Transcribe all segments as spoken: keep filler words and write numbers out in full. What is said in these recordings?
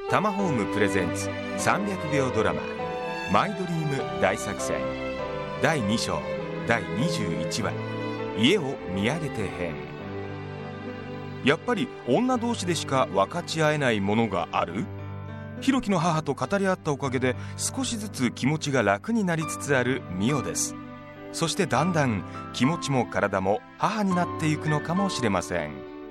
タマホームプレゼンツさんびゃくびょうドラママイドリーム大作戦だいに章だいにじゅういちわ家を見上げて編。やっぱり女同士でしか分かち合えないものがある？ひろきの母と語り合ったおかげで少しずつ気持ちが楽になりつつあるミオです。そしてだんだん気持ちも体も母になっていくのかもしれません。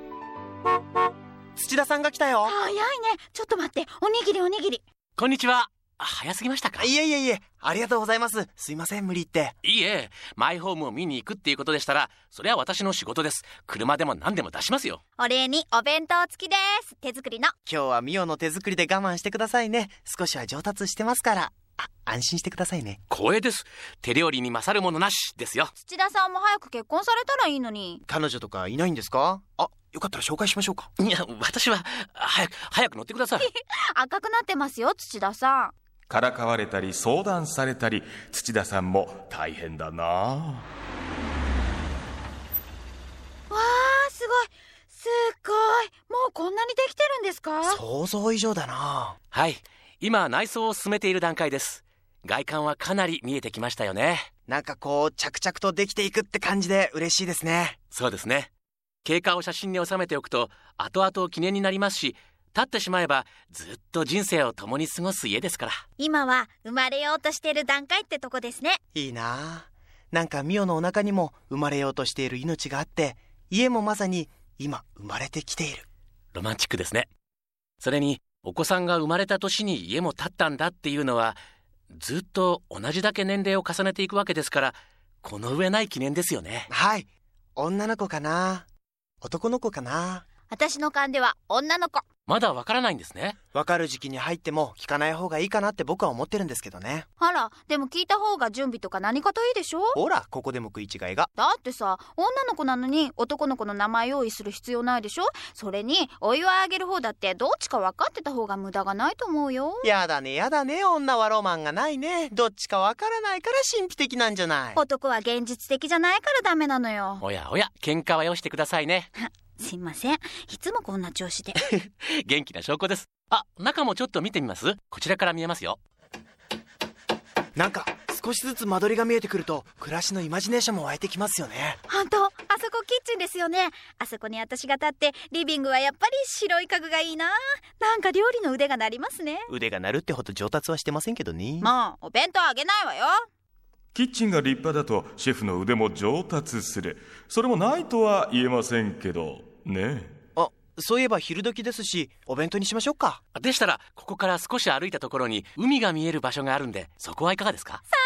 土田さんが来たよ。 早いね。ちょっと待って、おにぎりおにぎり。 こんにちは。早すぎましたか？ いえいえいえ、ありがとうございます。すいません、無理言って。 いいえ、マイホームを見に行くっていうことでしたら、それは私の仕事です。車でも何でも出しますよ。 お礼にお弁当付きです。手作りの。 今日はミオの手作りで我慢してくださいね。少しは上達してますから。あ、安心してくださいね。 光栄です。手料理に勝るものなしですよ。 土田さんも早く結婚されたらいいのに。 彼女とかいないんですか？あ、よかったら紹介しましょうか。 いや、私は早く早く乗ってください。 赤くなってますよ、土田さん。 からかわれたり相談されたり、土田さんも大変だな。わあ、すごいすっごい。もうこんなにできてるんですか？ 想像以上だな。 はい、今内装を進めている段階です。外観はかなり見えてきましたよね。 なんかこう着々とできていくって感じで嬉しいですね。 そうですね。経過を写真に収めておくと後々記念になりますし、立ってしまえばずっと人生を共に過ごす家ですから。 今は生まれようとしている段階ってとこですね。 いいな。なんかミオのお腹にも生まれようとしている命があって、家もまさに今生まれてきている。 ロマンチックですね。それにお子さんが生まれた年に家も建ったんだっていうのは、ずっと同じだけ年齢を重ねていくわけですから、この上ない記念ですよね。 はい、女の子かな男の子かな。 私の勘では女の子。 まだわからないんですね。 わかる時期に入っても聞かない方がいいかなって僕は思ってるんですけどね。 あら、でも聞いた方が準備とか何かといいでしょ。 ほら、ここでも食い違いが。 だってさ、女の子なのに男の子の名前用意する必要ないでしょ。それにお祝いあげる方だってどっちか分かってた方が無駄がないと思うよ。 やだねやだね、女はロマンがないね。どっちかわからないから神秘的なんじゃない。 男は現実的じゃないからダメなのよ。 おやおや、喧嘩はよしてくださいね。 すいません、いつもこんな調子で。 元気な証拠です。あ、中もちょっと見てみます？こちらから見えますよ。 なんか少しずつ間取りが見えてくると暮らしのイマジネーションも湧いてきますよね。 本当、あそこキッチンですよね。あそこに私が立ってリビングはやっぱり白い家具がいいな。なんか料理の腕が鳴りますね。 腕が鳴るってほど上達はしてませんけどね。 もうお弁当あげないわよ。 キッチンが立派だとシェフの腕も上達する。それもないとは言えませんけどね。 あ、そういえば昼時ですし、お弁当にしましょうか。 でしたらここから少し歩いたところに海が見える場所があるんで、そこはいかがですか？ 賛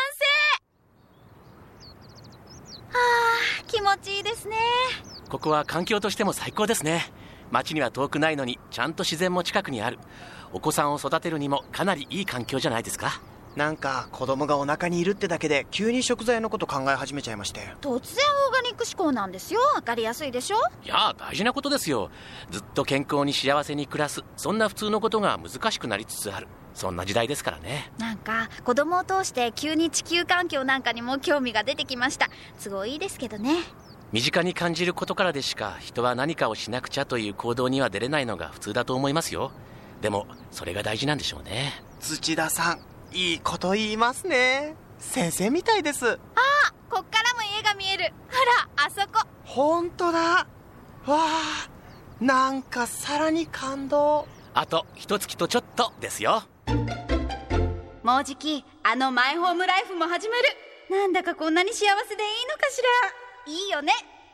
成。はあ、気持ちいいですね。 ここは環境としても最高ですね。町には遠くないのにちゃんと自然も近くにある。お子さんを育てるにもかなりいい環境じゃないですか。 なんか子供がお腹にいるってだけで急に食材のこと考え始めちゃいまして。 突然オーガニック志向なんですよ。わかりやすいでしょ。 いや、大事なことですよ。ずっと健康に幸せに暮らす、そんな普通のことが難しくなりつつある、そんな時代ですからね。 なんか子供を通して急に地球環境なんかにも興味が出てきました。都合いいですけどね。 身近に感じることからでしか人は何かをしなくちゃという行動には出れないのが普通だと思いますよ。でもそれが大事なんでしょうね。 土田さん、いいこと言いますね。先生みたいです。 あ、こっからも家が見える。ほら、あそこ。 ほんとだ。わあ、なんかさらに感動。 あと一月とちょっとですよ。 もうじきあのマイホームライフも始まる。なんだかこんなに幸せでいいのかしら。いいよね。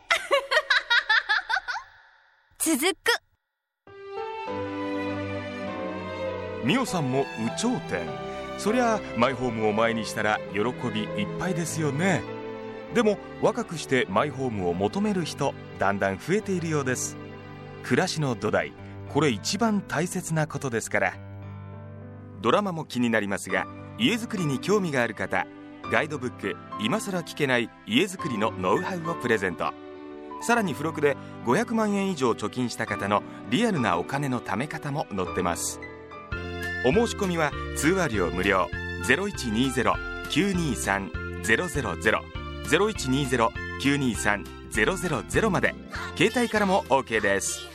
続く。 ミオさんも有頂天。そりゃマイホームを前にしたら喜びいっぱいですよね。でも若くしてマイホームを求める人、だんだん増えているようです。暮らしの土台、これ一番大切なことですから。ドラマも気になりますが、家づくりに興味がある方、ガイドブック今さら聞けない家づくりのノウハウをプレゼント。さらに付録でごひゃくまんえん以上貯金した方のリアルなお金の貯め方も載ってます。お申し込みは通話料無料。 ゼロいちにゼロ きゅうにさん ゼロゼロゼロ ゼロいちにゼロ きゅうにさん ゼロゼロゼロまで。携帯からも オーケー です。